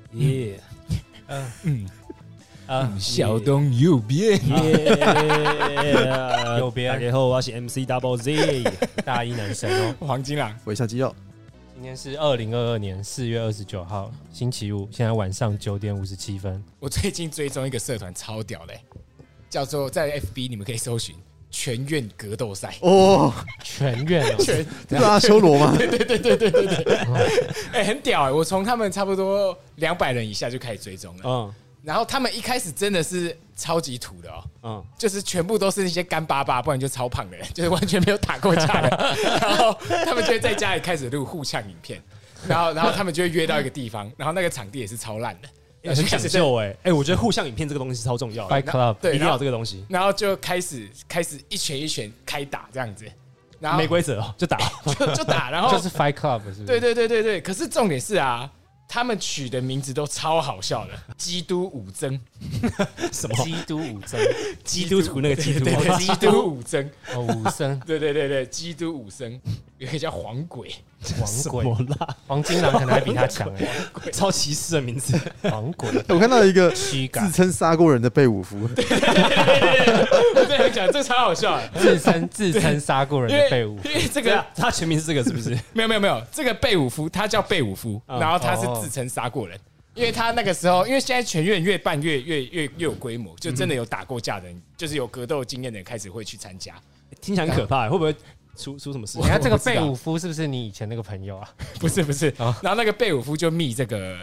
耶， 小东右边， 右边。大家好，我是 MC Double Z， 大一男神哦。 黄金狼， 微笑肌肉。 今天是2022年4月29号，星期五，现在晚上9点57分。 我最近追踪一个社团超屌的，叫做在 FB 你们可以搜寻全院格斗赛哦， 全院哦， 是阿修罗吗？ 对，很屌我从他们差不多200人以下就开始追踪了，然后他们一开始真的是超级土的就是全部都是那些干巴巴，不然就超胖的人，就是完全没有打过架的，然后他们就会在家里开始录互呛影片，然后他们就会约到一个地方，然后那个场地也是超烂的。 很讲究我觉得互相影片这个东西超重要的 ，Fight Club 对， 一定要有这个东西。 然后就开始一拳一拳开打这样子，然后没规则就打就打，然后就是 Fight Club 是不是？ 对。可是重点是啊，他们取的名字都超好笑的，基督武僧， 什么？ 基督武僧， 基督徒那个基督， 基督武僧， 武僧， 对，基督武僧，有一个叫黄鬼。 黄鬼啦， 黄金狼可能还比他强超歧视的名字， 黄鬼。 我看到一个自称杀过人的贝武夫， 对，我跟你讲，这超好笑的， 自称杀过人的贝武夫， 因为这个他全名是这个是不是？ 没有，这个贝武夫他叫贝武夫，然后他是自称杀过人。因为他那个时候，因为现在全院越办越有规模，就真的有打过架的人，就是有格斗经验的人开始会去参加， 听起来很可怕，会不会出什么事？ 你看这个贝武夫是不是你以前那个朋友啊？ 不是，然后那个贝武夫就密这个，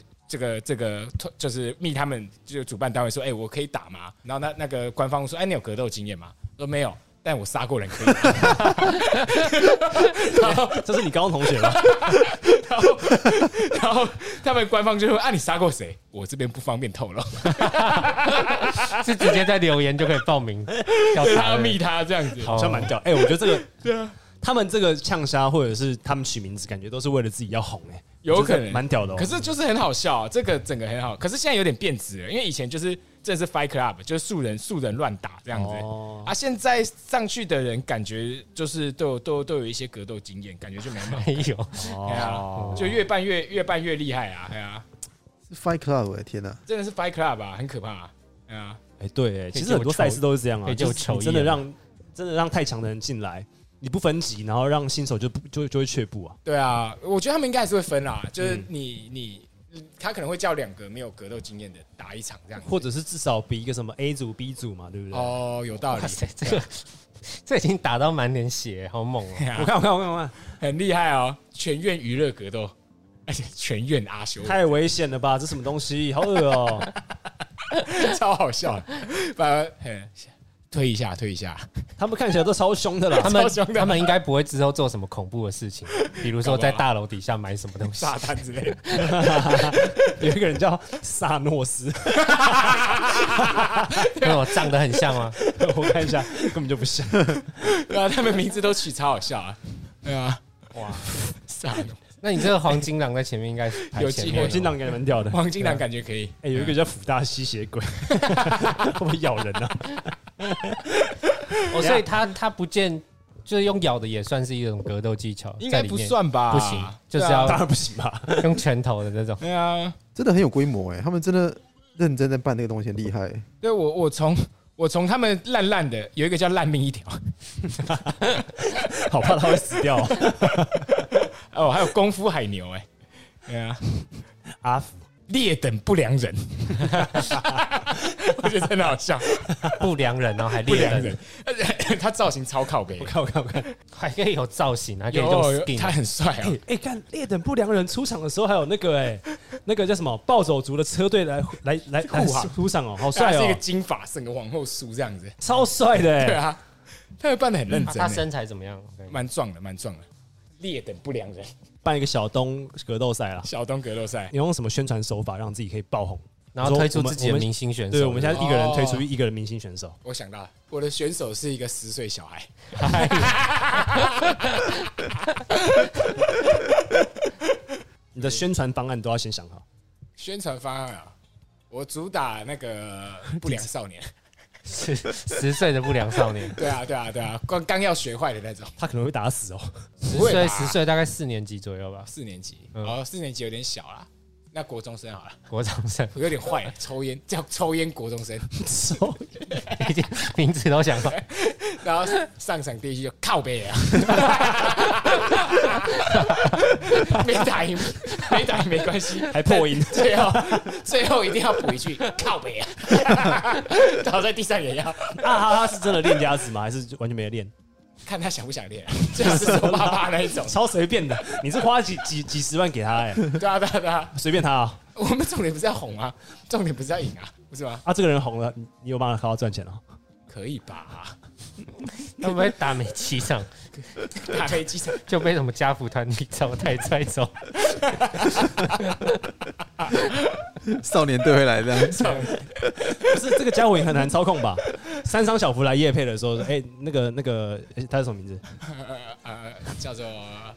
就是密他们就主办单位说，我可以打吗？然后那个官方说，你有格斗经验吗？说没有。但我杀过人可以打，然后这是你高中同学吗？ 然后他们官方就说你杀过谁？我这边不方便透露， 是直接在留言就可以报名， 他密他这样子， 好像蛮屌。我觉得这个对啊，他们这个呛杀或者是他们取名字，感觉都是为了自己要红有可能蛮屌的。 可是就是很好笑这个整个很好，可是现在有点变质了，因为以前就是真的是 Fight Club， 就是素人乱打这样子现在上去的人感觉就是都有一些格斗经验，感觉就没有，就越办越厉害啊， 是 Fight Club， 我的天哪， 真的是 Fight Club 很可怕对，其实很多赛事都是这样就是真的让太强的人进来。你不分级，然后让新手就会却步啊。 对啊，我觉得他们应该还是会分啦，就是他可能会叫2个没有格斗经验的打一场这样， 或者是至少比一个什么 A 组 B 组嘛，对不对？有道理。 这已经打到满脸血，好猛我看， 很厉害全院娱乐格斗，而且全院阿修， 太危险了吧？这什么东西？好恶哦， 超好笑的，推一下， 他们看起来都超凶的啦。 他们应该不会之后做什么恐怖的事情，比如说在大楼底下买什么东西， 炸弹之类的。 有一个人叫萨诺斯， 跟我长得很像吗？ 我看一下，根本就不像。 对啊，他们名字都取超好笑对啊， 哇， 萨诺。 那你这个黄金狼在前面应该有机会， 黄金狼感觉蛮屌的。 黄金狼感觉可以。 有一个叫福大吸血鬼，会不会咬人啊？ 所以他不见，就是用咬的也算是一种格斗技巧， 应该不算吧？ 不行，就是要当然不行吧？ 用拳头的这种。 对啊， 真的很有规模他们真的认真在办那个东西，很厉害。 对我从他们烂的有一个叫烂命一条， 好怕他会死掉还有功夫海牛对啊， 阿福劣等不良人，我觉得真的好笑， 不良人还不良人，他造型超靠北， 我看， 还可以有造型，还可以用 skin， 他很帅看劣等不良人出场的时候还有那个叫什么暴走族的车队来出场好帅他是一个金发，整个往后梳这样子， 超帅的对啊，他会扮得很认真， 他身材怎么样？ 蛮壮的，劣等不良人。 办一个小东格斗赛啦， 小东格斗赛， 你用什么宣传手法让自己可以爆红？ 然后推出自己的明星选手。 对，我们现在一个人推出一个人明星选手。 我想到了，我的选手是一个10岁小孩。 你的宣传方案都要先想好。 宣传方案我主打那个不良少年。 10岁的不良少年， 对啊，刚要学坏的那种， 他可能会打死 10岁大概4年级左右吧。 4年级，4年级有点小啦。 那国中生好了， 国中生我有点坏，抽烟叫抽烟国中生， 已经名字都想好， 然后上场第一句就靠北啊，没打赢没关系， 还破音， 最后一定要补一句靠北啊，倒在地上也要。 他是真的练家子吗？还是完全没练？ 看他想不想练，就是手爸爸那一种， 超随便的。你是花几十万给他哎？ 对啊， 随便他啊。 我们重点不是要红啊，重点不是要赢啊，不是吗？ 这个人红了，你有办法靠他赚钱哦？ 可以吧？ 会不会打没几场？ 打飞机场就被什么家福团体招待拽走？ 少年队会来这样。 不是这个家伙也很难操控吧？三商小福来业配的时候，那个，他是什么名字？ 叫做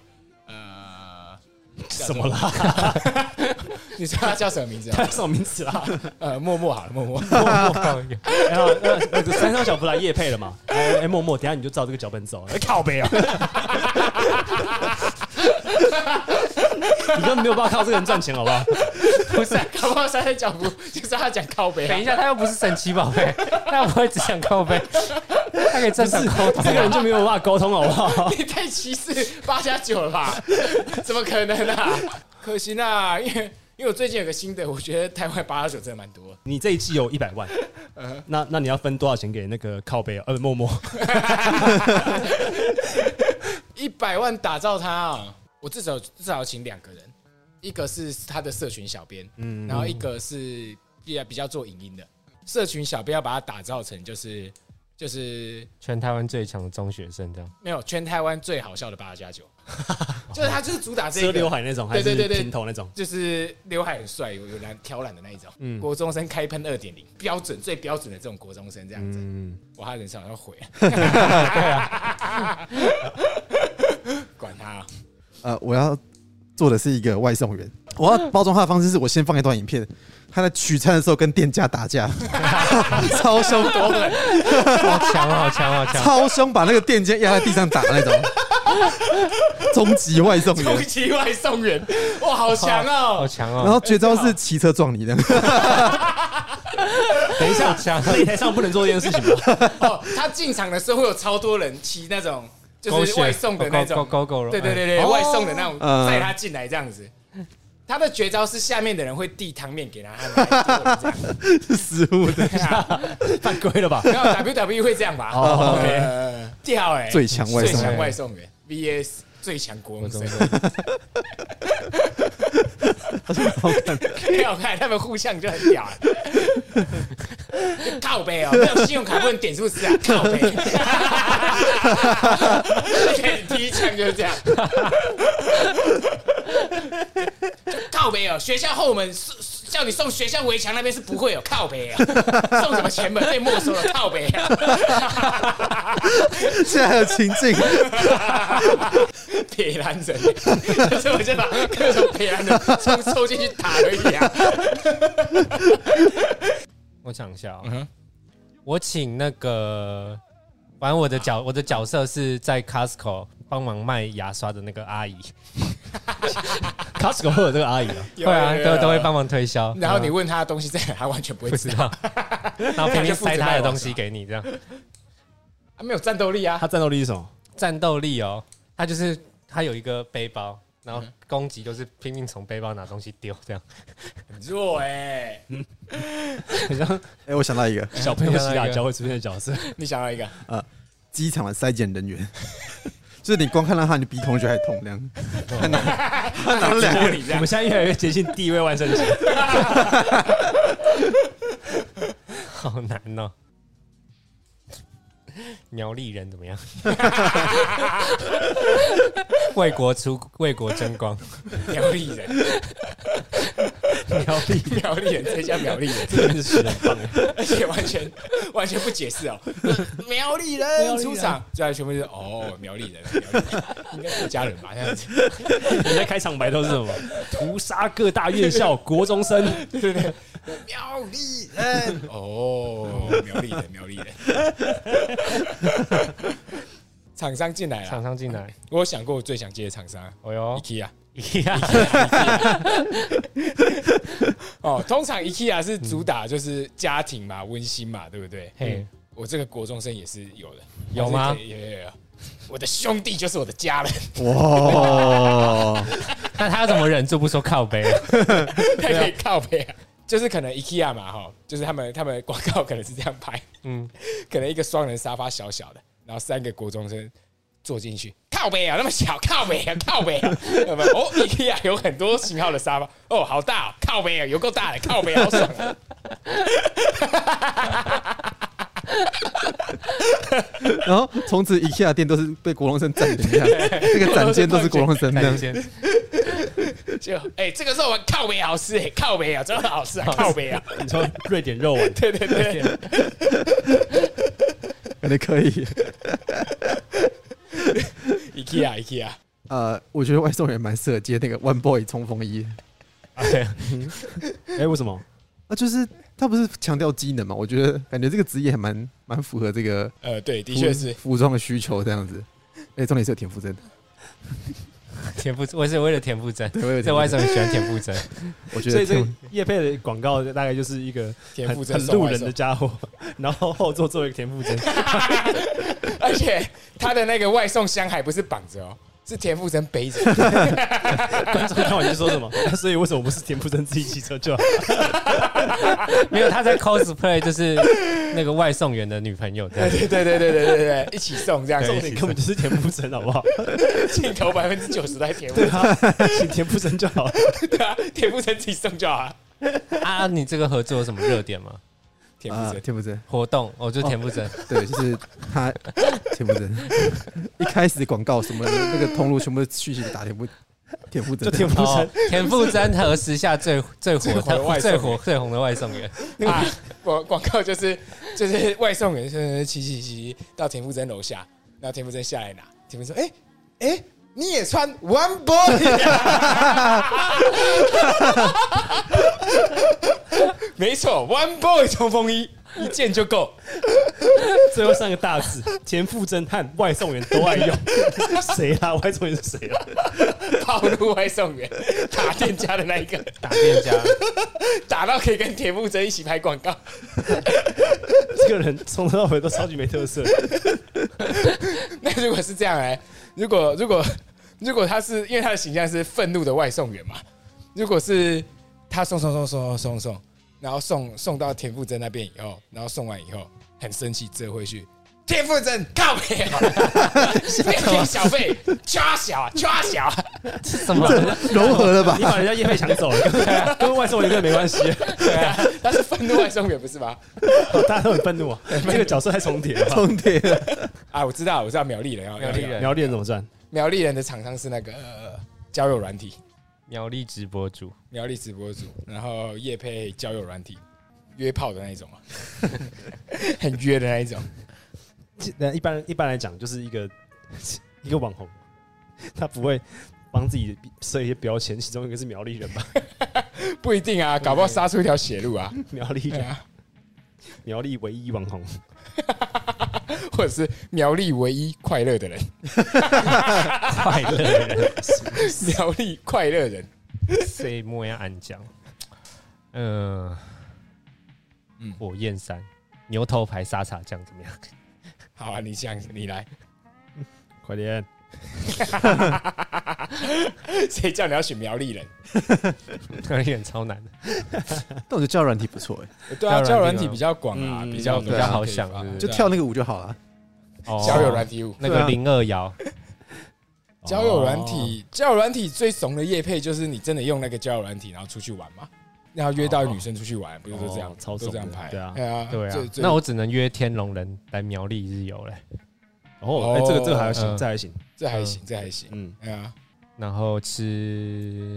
什么啦？ 你说他叫什么名字？ 他叫什么名字啦？ 默默好了，默默。 然后那个三商小福来业配了嘛？默默，等一下你就照这个脚本走，靠北啊！你根本没有办法靠这个人赚钱，好不好？ 不是，搞不好三商小福就是他讲靠北。 等一下，他又不是神奇宝贝，他又不会只讲靠北，他可以正常沟通。 这个人就没有办法沟通，好不好？ 你太歧视8+9了吧？怎么可能啊？可惜啊，因为我最近有个新的，我觉得台湾8+9真的蛮多。 你这一季有100万，那你要分多少钱给那个靠北默默 ？100万打造他啊！我至少要请2个人，一个是他的社群小编，然后一个是比较做影音的。社群小编要把它打造成就是全台湾最强的中学生这样。 没有全台湾最好笑的8+9，就是他就是主打这个遮刘海那种，还是平头那种， 就是刘海很帅，有挑染的那一种。国中生开喷2.0，标准最标准的这种国中生这样子。哇，他人生好像毁了。对啊，管他。 我要做的是一个外送员，我要包装他的方式是我先放一段影片，他在取餐的时候跟店家打架，超凶多狠， 好强， 超凶，把那个店家压在地上打那种。终极外送员，哇，好强哦， 好强哦！ 然后绝招是骑车撞你的。 等一下，擂台上不能做这件事情吧？ 他进场的时候会有超多人骑那种。就是外送的那种，对，外送的那种，载他进来这样子。他的绝招是下面的人会递汤面给他，这样是失误的， 犯规了吧？ 没有 WWE 会这样吧？屌哎， 最强外送员 VS 最强国中生，很好看，他们互相就很屌。靠北哦，没有信用卡不能点数吃啊，靠北。第一枪就是这样。靠北哦，学校后门叫你送学校围墙那边是不会有靠北啊，送什么前门被没收了靠北啊。 现在还有情境， 北兰人，所以我就把各种北兰人抽进去打而已啊。 我想一下我请那个，反正我的角色是在 Costco 帮忙卖牙刷的那个阿姨。 Costco 会有这个阿姨啊？ 会啊，都会帮忙推销。 然后你问他的东西在哪，他完全不会知道。 然后偏偏塞他的东西给你，这样。 没有战斗力啊！ 他战斗力是什么？ 战斗力哦，他有一个背包。然后攻击就是拼命从背包拿东西丢，这样很弱很像我想到一个小朋友洗辣椒会出现的角色。 你想到一个机场的筛检人员，就是你光看到他，你鼻孔就还痛那样。他拿2个， 我们现在越来越接近第1位万圣节， 好难哦。苗栗人怎么样？为国争光。 苗栗人，这叫苗栗人， 真的是很棒， 而且完全不解释哦。苗栗人出场，最后全部就是苗栗人，应该客家人吧？这样子。 人家开场白都是什么？屠杀各大院校国中生， 对，苗栗人，苗栗人。厂商进来了，我有想过我最想接的厂商，IKEA， 哦，通常 IKEA 是主打就是家庭嘛，温馨嘛，对不对？嘿，我这个国中生也是有的， 有吗？ 有。我的兄弟就是我的家人。 哇！ 那他要怎么忍住不说靠北？ 他可以靠北啊，就是可能 IKEA 嘛，哈，就是他们广告可能是这样拍，可能一个双人沙发小小的，然后3个国中生坐進去，靠北啊，那麼小，靠北啊，靠北啊，哦 ，IKEA 有很多型號的沙發，哦，好大哦，靠北啊，有夠大的，靠北好爽啊！ 然后從此 IKEA 店都是被國中生佔領下，那個展間都是國中生的。 就這個肉丸靠北好吃靠北啊，真的好吃啊，靠北啊！ 你說瑞典肉丸， 對對對， 感覺可以。 IKEA， 我覺得外送員蠻適合接那個 One Boy 衝鋒衣。 為什麼？ 就是他不是強調機能嘛？我覺得感覺這個職業還蠻符合這個對，的確是服裝的需求這樣子。重點是有田馥甄。 田馥甄，我是為了田馥甄，這外送員喜歡田馥甄。 我覺得所以這個業配的廣告大概就是一個很路人的家伙，然後後座做一個田馥甄， 而且他的那個外送箱還不是綁着哦。是田馥甄背着， 觀眾看完就說什麼？所以為什麼不是田馥甄自己騎車就好？ 沒有，他在 cosplay 就是那個外送員的女朋友， 對，一起送這樣， 重點根本就是田馥甄，好不好？ 鏡頭90%都係田馥甄， 請田馥甄就好了， 對啊，田馥甄自己送就好了。 啊，你這個合作有什麼熱點嗎？ 田馥甄活動，就是田馥甄， 對，就是他田馥甄一開始廣告什麼那個通路全部訊息打田馥甄， 就田馥甄， 田馥甄和時下最紅的外送員啊，廣告就是外送員騎到田馥甄樓下，然後田馥甄下來拿，田馥甄說你也穿 One Boy， 沒錯 ，One Boy 衝鋒衣一件就夠。 最後3個大字：田馥甄和外送員都愛用。誰啦？外送員是誰啦？ 暴露外送員，打店家的那一個， 打店家， 打到可以跟田馥甄一起拍廣告。 這個人從頭到尾都超級沒特色。 那如果是這樣如果他是因為他的形象是憤怒的外送員嘛，如果是他送，然後送到田馥甄那邊以後，然後送完以後很生氣，折回去，田馥甄靠北，變小費，抓小， 什麼柔和了吧？ 你把人家業配搶走了，跟外送員沒關係。 對啊，他是憤怒外送員不是嗎？ 大家都很憤怒啊，這個角色還重疊了啊！我知道苗栗人， 苗栗人怎麼賺？ 苗栗人的廠商是那個交友軟體。 苗栗直播主， 然後業配交友軟體，約炮的那一種很約的那一種。 一般來講，就是一個網紅，他不會幫自己設一些標籤，其中一個是苗栗人吧？ 不一定啊，搞不好殺出一條血路啊！ 苗栗人，苗栗唯一網紅。 或者是苗栗唯一快樂的人， 快樂人， 苗栗快樂人， 誰莫要安講？火焰山牛頭牌沙茶醬怎麼樣？ 好啊，你來， 快點！ 誰叫你要選苗栗人？ 苗栗人超難的， 但我覺得交友軟體不錯對啊，交友軟體比較廣啊，比較好想， 就跳那個舞就好了。 交友軟體舞， 那個02搖。 交友軟體最慫的業配就是你真的用那個交友軟體，然後出去玩嘛，然後約到女生出去玩，不是都這樣，都這樣拍， 對啊， 對啊。那我只能約天龍人來苗栗日遊嘞。 這個還行，這還行， 然後吃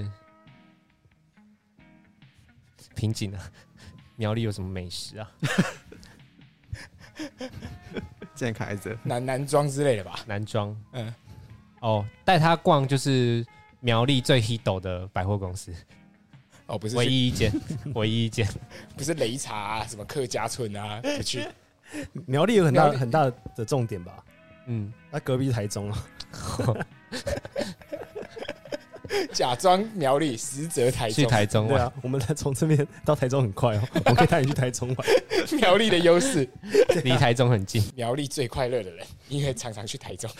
瓶頸啊，苗栗有什麼美食啊？ 健康孩子， 男裝之類的吧？ 男裝，帶他逛就是苗栗最 hit 的百貨公司。 不是唯一一間， 不是擂茶啊，什麼客家村啊，不去。 苗栗有很大的重點吧？那隔壁是台中啊。 假装苗栗，实则台中。 去台中玩， 对啊，我们从这边到台中很快哦，我可以带你去台中玩。 苗栗的优势， 离台中很近。 苗栗最快乐的人，因为常常去台中，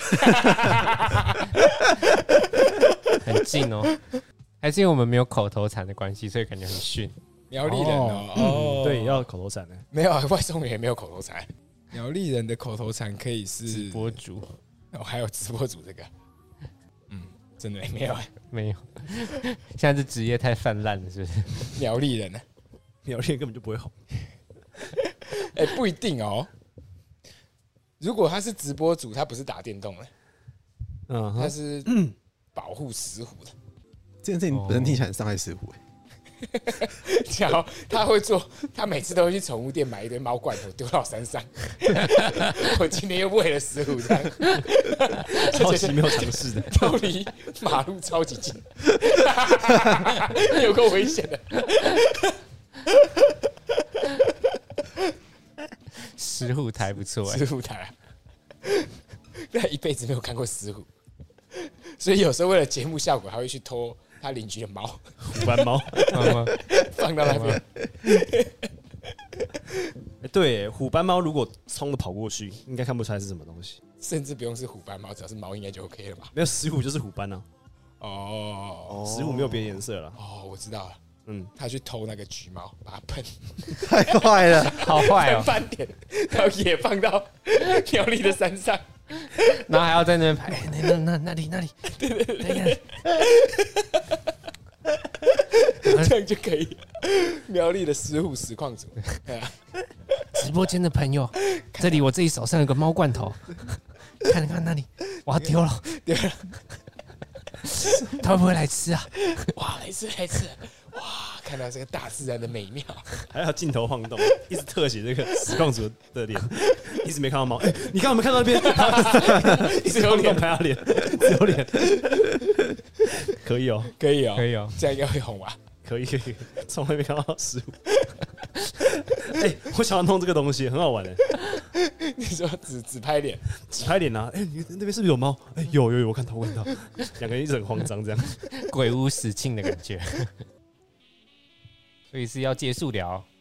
很近哦。还是因为我们没有口头禅的关系，所以感觉很逊。 苗栗人哦， 对，要口头禅的。 没有啊，外送员也没有口头禅。苗栗人的口头禅可以是直播主， 还有直播主这个，真的没有， 没有。现在这职业太泛滥了，是不是？ 苗栗人呢？ 苗栗人根本就不会红。 不一定哦。如果他是直播主，他不是打电动的，他是保护石虎的。 这件事情本身听起来很伤害石虎。 然后他会做，他每次都会去宠物店买一堆猫罐头丢到山上。我今天又为了石虎这样， 超级没有尝试的， 都离马路超级近，有够危险的。 石虎台不错哎， 石虎台，他一辈子没有看过石虎，所以有时候为了节目效果，还会去偷他邻居的猫， 虎斑猫放到那边。 对，虎斑猫如果冲着跑过去，应该看不出来是什么东西， 甚至不用是虎斑猫，只要是猫应该就 OK 了吧？ 没有石虎就是虎斑啊。 哦， 石虎没有别的颜色了。 哦，我知道了。他去偷那个橘猫，把它喷， 太坏了， 好坏哦！ 翻点，然后也放到苗栗的山上， 然后还要在那边拍，那里，对， 这样就可以。苗栗的石虎实况组， 直播间的朋友，这里我自己手上有个猫罐头，看那里，我要丢了，他会不会来吃啊？ 哇，来吃！哇，看到这个大自然的美妙， 还要镜头晃动，一直特写这个实况组的脸，一直没看到猫。你刚刚有没有看到那边？一直晃动拍他脸，只有脸。可以哦， 可以哦，这样应该会红吧？ 可以，从来没看到石虎。我想要弄这个东西，很好玩哎。 你说只拍脸， 只拍脸啊？你那边是不是有猫？有，我看到。两个人一直很慌张，这样鬼屋死庆的感觉。所以是要结束聊。